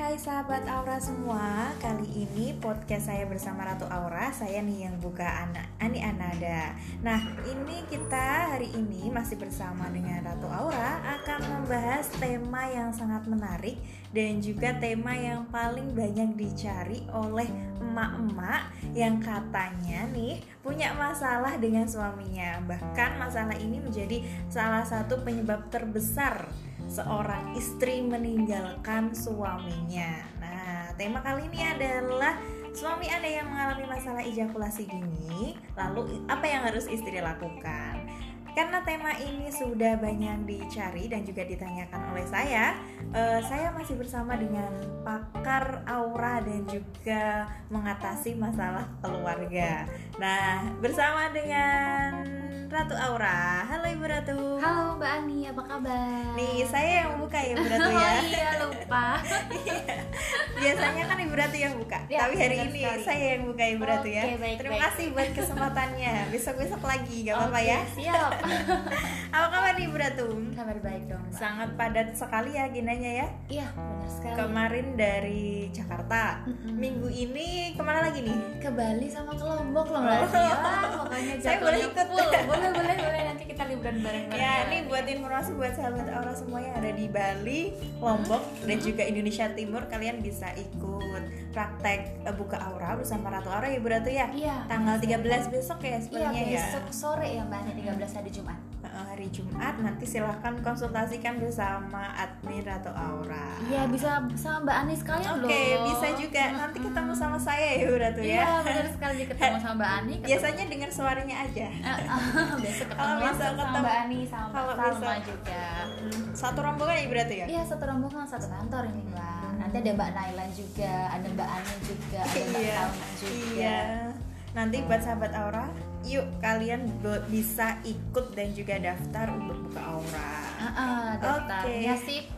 Hai sahabat Aura semua, kali ini podcast saya bersama Ratu Aura. Saya nih yang buka Ani Anada. Nah, ini kita hari ini masih bersama dengan Ratu Aura akan membahas tema yang sangat menarik dan juga tema yang paling banyak dicari oleh emak-emak yang katanya nih punya masalah dengan suaminya. Bahkan masalah ini menjadi salah satu penyebab terbesar seorang istri meninggalkan suaminya. Nah, tema kali ini adalah suami Anda yang mengalami masalah ejakulasi dini, lalu apa yang harus istri lakukan? Karena tema ini sudah banyak dicari dan juga ditanyakan oleh saya masih bersama dengan pakar aura dan juga mengatasi masalah keluarga. Nah, bersama dengan Ratu Aura. Halo Ibu Ratu. Halo Mbak Ani, apa kabar? Nih, saya yang buka ya Ibu Ratu ya. Oh iya, lupa. Biasanya kan Ibu Ratu yang buka, Ya, tapi hari benar ini sekali. saya yang buka Ibu Ratu ya. Baik, Terima baik. kasih buat kesempatannya. Besok-besok lagi, gak apa-apa ya. Siap. Apa kabar nih Ibu Ratu? Kabar baik dong, Mbak. Sangat padat sekali ya agendanya ya. Iya, benar sekali. Kemarin dari Jakarta, minggu ini kemana lagi nih? Ke Bali sama ke Lombok loh Mbak Ani. Wah, pokoknya Saya boleh jadwalnya ikut. full. Boleh nanti kita liburan bareng-bareng. Ya, ini buat informasi buat sahabat Aura semua yang ada di Bali, Lombok, dan juga Indonesia Timur, kalian bisa ikut praktek buka aura bersama Ratu Aura ya Bu Ratu ya. Iya. Tanggal 13 besok ya Iya, sebenarnya ya. besok sore ya Mbak Ani, 13 hari Jumat. Hari Jumat, nanti silahkan konsultasikan bersama admin Ratu Aura. Iya, bisa sama Mbak Ani sekalian loh. Oke, bisa juga. Nanti ketemu sama saya ya Bu Ratu Iya, ya. benar sekali ketemu sama Mbak Ani. Biasanya dengar suaranya aja. Besok Kalau ketemu bisa langsung sama ketemu. Mbak Ani sama Kalau Mbak Salma bisa. juga. Satu rombongan ya Bu Ratu ya. Iya, satu rombongan, satu kantor ini Mbak. Nanti ada Mbak Nailan juga, ada Mbak Ani juga, ada Mbak Iya. Salma juga. Iya. Nanti buat sahabat Aura, yuk kalian bisa ikut dan juga daftar untuk buka aura. Daftarnya Oke. sih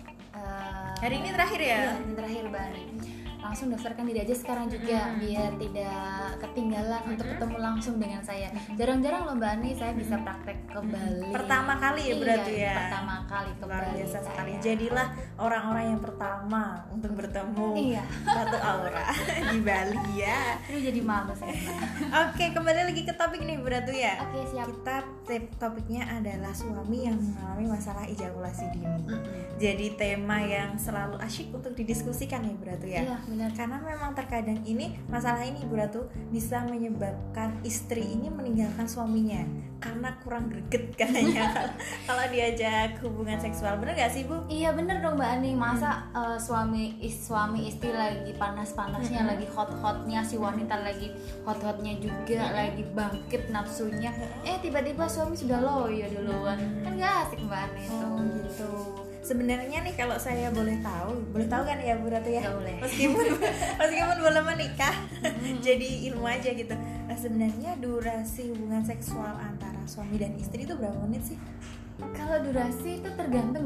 Hari ini terakhir ya? Iya, ini terakhir Mbak Ani. Langsung daftarkan diri aja sekarang juga biar tidak ketinggalan untuk ketemu langsung dengan saya. Jarang-jarang loh Mbak Ani saya bisa praktek ke Bali. Pertama kali ya berarti Iya, ya? pertama kali ke Luar Bali. biasa saya. sekali. Jadilah orang-orang yang pertama untuk bertemu Iya. Ratu Aura di Bali ya. Ini jadi malu saya. Mbak. Oke, kembali lagi ke topik nih Bu Ratu ya. Oke, siap. Kita topiknya adalah suami yang mengalami masalah ejakulasi dini. Jadi tema yang selalu asyik untuk didiskusikan ya Bu Ratu ya. Iya, benar. Karena memang terkadang ini masalah ini Bu Ratu bisa menyebabkan istri ini meninggalkan suaminya karena kurang greget katanya kalau diajak hubungan seksual. Bener gak sih Bu? Iya bener dong Mbak Ani. Masa suami istri lagi panas-panasnya, lagi hot-hotnya, si wanita lagi hot-hotnya juga, lagi bangkit nafsunya, tiba-tiba suami sudah loyo duluan. Kan gak asik Mbak Ani itu. Gitu. Sebenarnya nih kalau saya boleh tahu kan ya Bu Ratu ya? Ya, boleh. Meskipun belum menikah, jadi ilmu aja gitu. Nah, sebenarnya durasi hubungan seksual antara suami dan istri itu berapa menit sih? Kalau durasi itu tergantung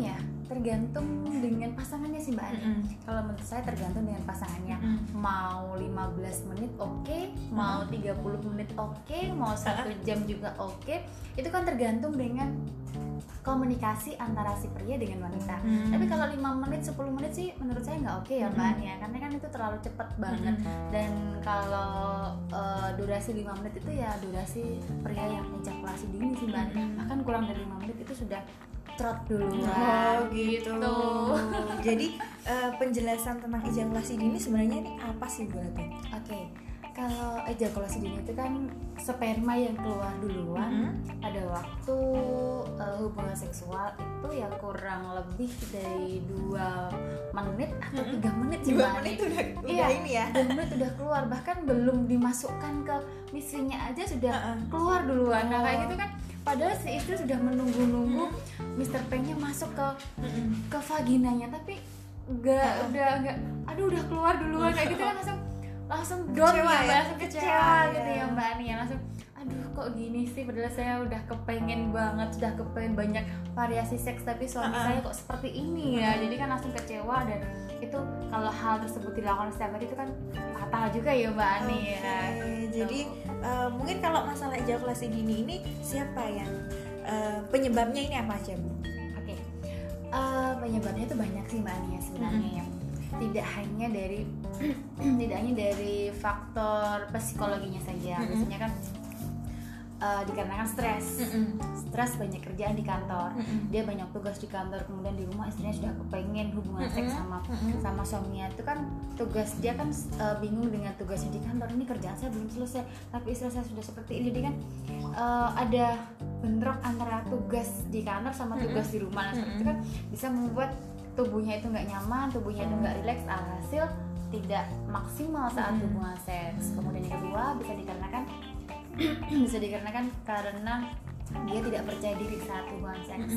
dengan pasangannya sih Mbak Ani. Kalau menurut saya tergantung dengan pasangannya. Mau 15 menit oke, mau 30 menit oke, mau 1 jam juga oke. Itu kan tergantung dengan komunikasi antara si pria dengan wanita. Tapi kalau 5 menit, 10 menit sih menurut saya nggak oke ya Mbak Ani ya. Karena kan itu terlalu cepat banget. Dan kalau durasi 5 menit itu ya durasi pria yang ejakulasi dini sih Mbak Ani. Bahkan kurang dari 5 menit itu sudah trot dulu. Gitu. Jadi penjelasan tentang ejakulasi dini sebenarnya ini apa sih Bu Ratu? Oke. Kalau ejakulasi dini itu kan sperma yang keluar duluan pada waktu hubungan seksual itu ya kurang lebih dari 2 menit atau 3 menit sih 2 Mbak menit Ani. udah ini ya. 2 menit udah keluar, bahkan belum dimasukkan ke misinya aja sudah keluar duluan. Nah kayak gitu kan, padahal si istri sudah menunggu-nunggu Mr. P-nya masuk ke vaginanya, tapi udah udah keluar duluan kayak gitu kan, langsung down Kecewa ya, ya? langsung kecewa Kecewa, gitu ya. ya Mbak Ani ya, langsung aduh kok gini sih, padahal saya udah kepengen banget, sudah kepengen banyak variasi seks, tapi suami saya kok seperti ini ya. Jadi kan langsung kecewa, dan itu kalau hal tersebut dilakukan setiap hari itu kan fatal juga ya Mbak Ani ya. Jadi mungkin kalau masalah ejakulasi dini ini siapa yang penyebabnya ini apa aja Bu? Oke. Penyebabnya itu banyak sih Mbak Ani ya sebenarnya ya. tidak hanya dari faktor psikologinya saja. Biasanya kan dikarenakan stres banyak kerjaan di kantor, dia banyak tugas di kantor, kemudian di rumah istrinya sudah kepengen hubungan seks sama suaminya. Itu kan tugas dia kan bingung dengan tugasnya di kantor, ini kerjaan saya belum selesai tapi istri saya sudah seperti ini. Jadi kan ada bentrok antara tugas di kantor sama tugas di rumah. Nah, seperti itu kan bisa membuat tubuhnya itu nggak nyaman, tubuhnya itu nggak rileks, alhasil tidak maksimal saat hubungan seks. Kemudian yang kedua bisa dikarenakan karena dia tidak percaya diri saat hubungan seks.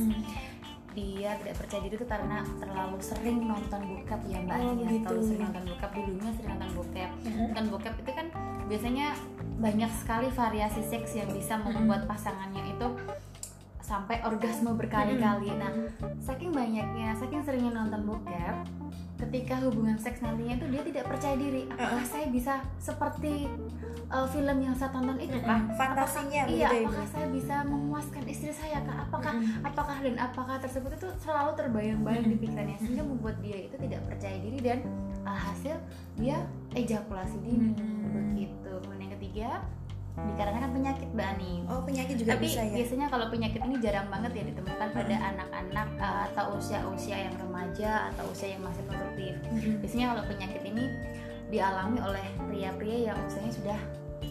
Dia tidak percaya diri itu karena terlalu sering nonton bokep ya Mbak Ania. Terlalu sering nonton bokep, dulunya sering nonton bokep. Nonton bokep itu kan biasanya banyak sekali variasi seks yang bisa membuat pasangannya itu sampai orgasme berkali-kali. Nah, saking seringnya nonton bokep, ketika hubungan seks nantinya itu dia tidak percaya diri. Apakah saya bisa seperti film yang saya tonton itu kah? Fantasinya apakah saya bisa memuaskan istri saya kah? Apakah tersebut itu selalu terbayang-bayang di pikirannya, sehingga membuat dia itu tidak percaya diri dan hasil dia ejakulasi dini. Begitu. Kemudian yang ketiga dikarenakan penyakit Mbak Ani. Oh, penyakit juga tapi bisa ya? Biasanya kalau penyakit ini jarang banget ya ditemukan pada anak-anak atau usia yang remaja atau usia yang masih produktif. Biasanya kalau penyakit ini dialami oleh pria-pria yang usianya sudah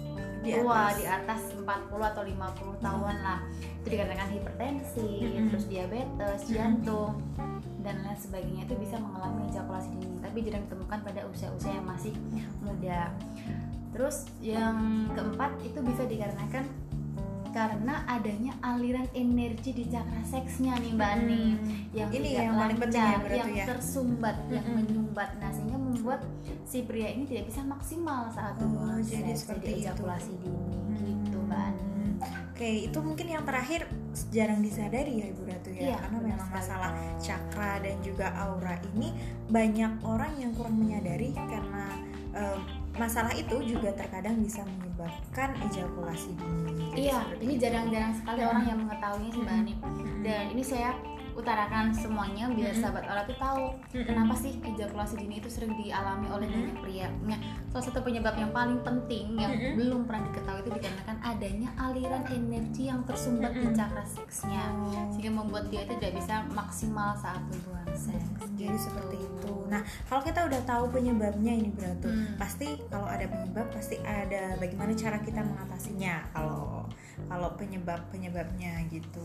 tua, di atas 40 atau 50 tahun lah. Itu dikarenakan hipertensi, terus diabetes, jantung dan lain sebagainya, itu bisa mengalami ejakulasi dini, tapi jarang ditemukan pada usia-usia yang masih muda. Terus yang keempat itu bisa dikarenakan karena adanya aliran energi di cakra seksnya nih Mbak Ani, yang ini tidak yang paling penting lancar, ya, yang tersumbat, yang menyumbat. Nah, sehingga membuat si pria ini tidak bisa maksimal saat hubungan seks, jadi ejakulasi dini gitu Mbak Ani. Oke, itu mungkin yang terakhir jarang disadari ya Ibu Ratu ya, Iya, karena memang masalah cakra dan juga aura ini banyak orang yang kurang menyadari, karena masalah itu juga terkadang bisa menyebabkan ejakulasi dini. Iya, ini jarang-jarang sekali orang yang mengetahuinya sih Mbak Ani. Dan ini saya utarakan semuanya biar sahabat Aura tuh tahu kenapa sih ejakulasi dini itu sering dialami oleh banyak pria. Nah, salah satu penyebab yang paling penting yang belum pernah diketahui itu dikarenakan adanya aliran energi yang tersumbat di cakra seksnya, sehingga membuat dia itu tidak bisa maksimal saat hubungan seks. Jadi seperti itu. Nah, kalau kita udah tahu penyebabnya ini berarti pasti kalau ada penyebab pasti ada bagaimana cara kita mengatasinya. Kalau penyebabnya gitu.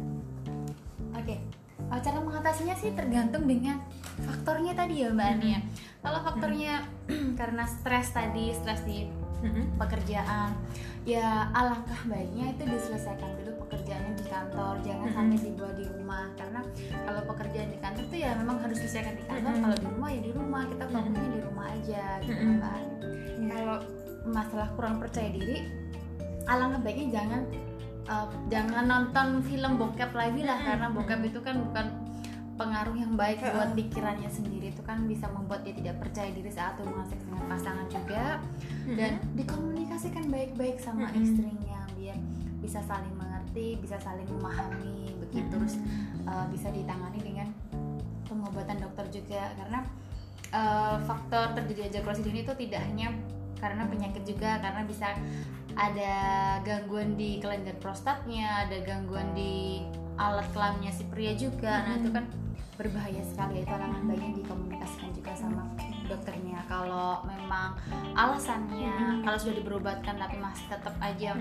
Oke. Cara mengatasinya sih tergantung dengan faktornya tadi ya Mbak Ania. Kalau faktornya karena stres di pekerjaan, ya alangkah baiknya itu diselesaikan dulu pekerjaannya di kantor, jangan sampai dibawa di rumah. Karena kalau pekerjaan di kantor tuh ya memang harus diselesaikan di kantor, kalau di rumah ya di rumah, kita fokusnya di rumah aja gitu kan. Kalau masalah kurang percaya diri, alangkah baiknya jangan nonton film bokep lagi lah, karena bokep itu kan bukan pengaruh yang baik buat pikirannya sendiri. Itu kan bisa membuat dia tidak percaya diri saat hubungan seks dengan pasangan juga. Dan dikomunikasikan baik-baik sama istrinya biar bisa saling mengerti, bisa saling memahami begitu. Terus bisa ditangani dengan pengobatan dokter juga, karena faktor terjadi ejakulasi dini itu tidak hanya karena penyakit juga, karena bisa ada gangguan di kelenjar prostatnya, ada gangguan di alat kelaminnya si pria juga. Nah, itu kan berbahaya sekali. Itu alangkah baiknya dikomunikasikan juga sama dokternya. Kalau memang alasannya kalau sudah diberobatkan tapi masih tetap aja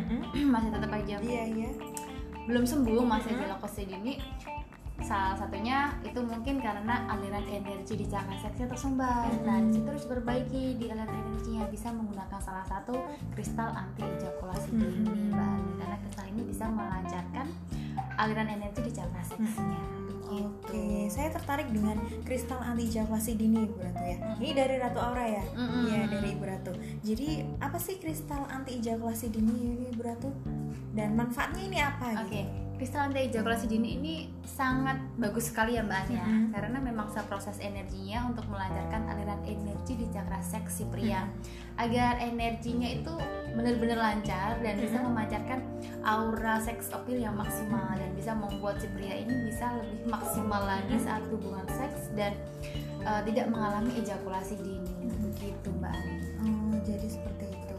belum sembuh, masih ejakulasi dini, salah satunya itu mungkin karena aliran energi di cakra seksnya tersumbat. Nah, disitu harus diperbaiki di aliran energinya, bisa menggunakan salah satu kristal anti ejakulasi dini Mbak Ani, karena kristal ini bisa melancarkan aliran energi di cakra seksnya. Oke, saya tertarik dengan kristal anti ejakulasi dini Ibu Ratu ya. Ini dari Ratu Aura ya? Iya, dari Ibu Ratu. Jadi apa sih kristal anti ejakulasi dini ini Ibu Ratu? Dan manfaatnya ini apa? Oke. kristal anti ejakulasi dini ini sangat bagus sekali ya Mbak Ania, karena memang proses energinya untuk melancarkan aliran energi di cakra seks si pria, agar energinya itu benar-benar lancar dan bisa memancarkan aura seks appeal yang maksimal, dan bisa membuat si pria ini bisa lebih maksimal lagi saat hubungan seks dan tidak mengalami ejakulasi dini. Begitu Mbak Ania. Oh, jadi seperti itu.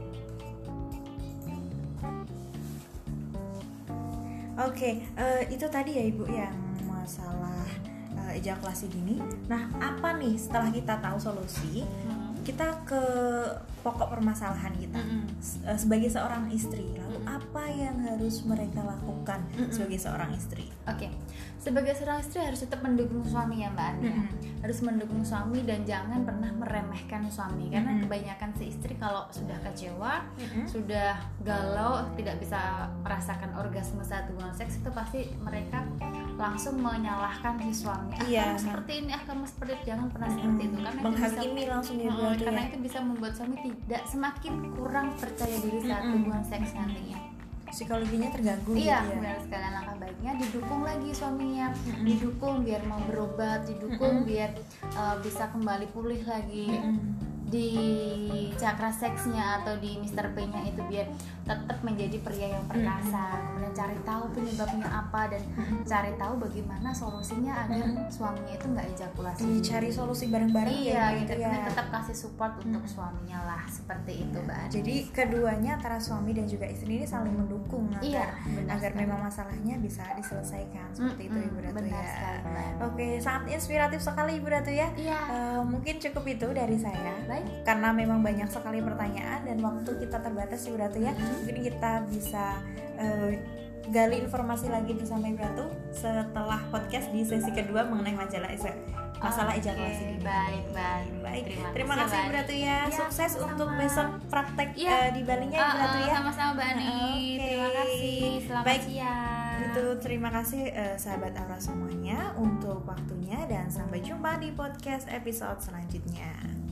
Oke, itu tadi ya Ibu yang masalah ejakulasi dini. Nah, apa nih setelah kita tahu solusi, kita ke pokok permasalahan kita sebagai seorang istri. Lalu apa yang harus mereka lakukan sebagai seorang istri? Oke, sebagai seorang istri harus tetap mendukung suami ya Mbak Ania. Harus mendukung suami dan jangan pernah meremehkan suami, karena kebanyakan si istri kalau sudah kecewa, sudah galau, tidak bisa merasakan orgasme saat hubungan seks, itu pasti mereka langsung menyalahkan si suami. Kamu seperti ini, kamu seperti itu. Jangan pernah seperti itu, karena menghakimi langsung ya, karena itu bisa membuat suami tidak semakin kurang percaya diri saat hubungan seks nantinya. Psikologinya terganggu. Iya, benar sekali. Langkah baiknya didukung lagi suaminya, didukung biar mau berobat, didukung biar bisa kembali pulih lagi di cakra seksnya atau di Mr. P-nya itu, biar tetap menjadi pria yang perkasa. Kemudian cari tahu penyebabnya apa dan cari tahu bagaimana solusinya agar suaminya itu nggak ejakulasi. Cari solusi bareng-bareng. Iya, gitu ya. Tetap kasih support untuk suaminya lah, seperti itu Mbak. Jadi keduanya antara suami dan juga istri ini saling mendukung agar sekali. Memang masalahnya bisa diselesaikan seperti itu Ibu Ratu ya. Sekali, Oke, sangat inspiratif sekali Ibu Ratu ya. Mungkin cukup itu dari saya. Baik. Karena memang banyak sekali pertanyaan dan waktu kita terbatas Ibu Ratu ya. Mungkin kita bisa gali informasi lagi bersama Ibu Ratu setelah podcast di sesi kedua mengenai masalah ejakulasi dini. Baik. Terima kasih Ibu Ratu ya. Sukses sama-sama. Untuk besok praktek di Balinya Ibu Ratu ya. Sama-sama Mbak Ani. Terima kasih. Selamat siang. Itu terima kasih sahabat Aura semuanya untuk waktunya, dan sampai jumpa di podcast episode selanjutnya.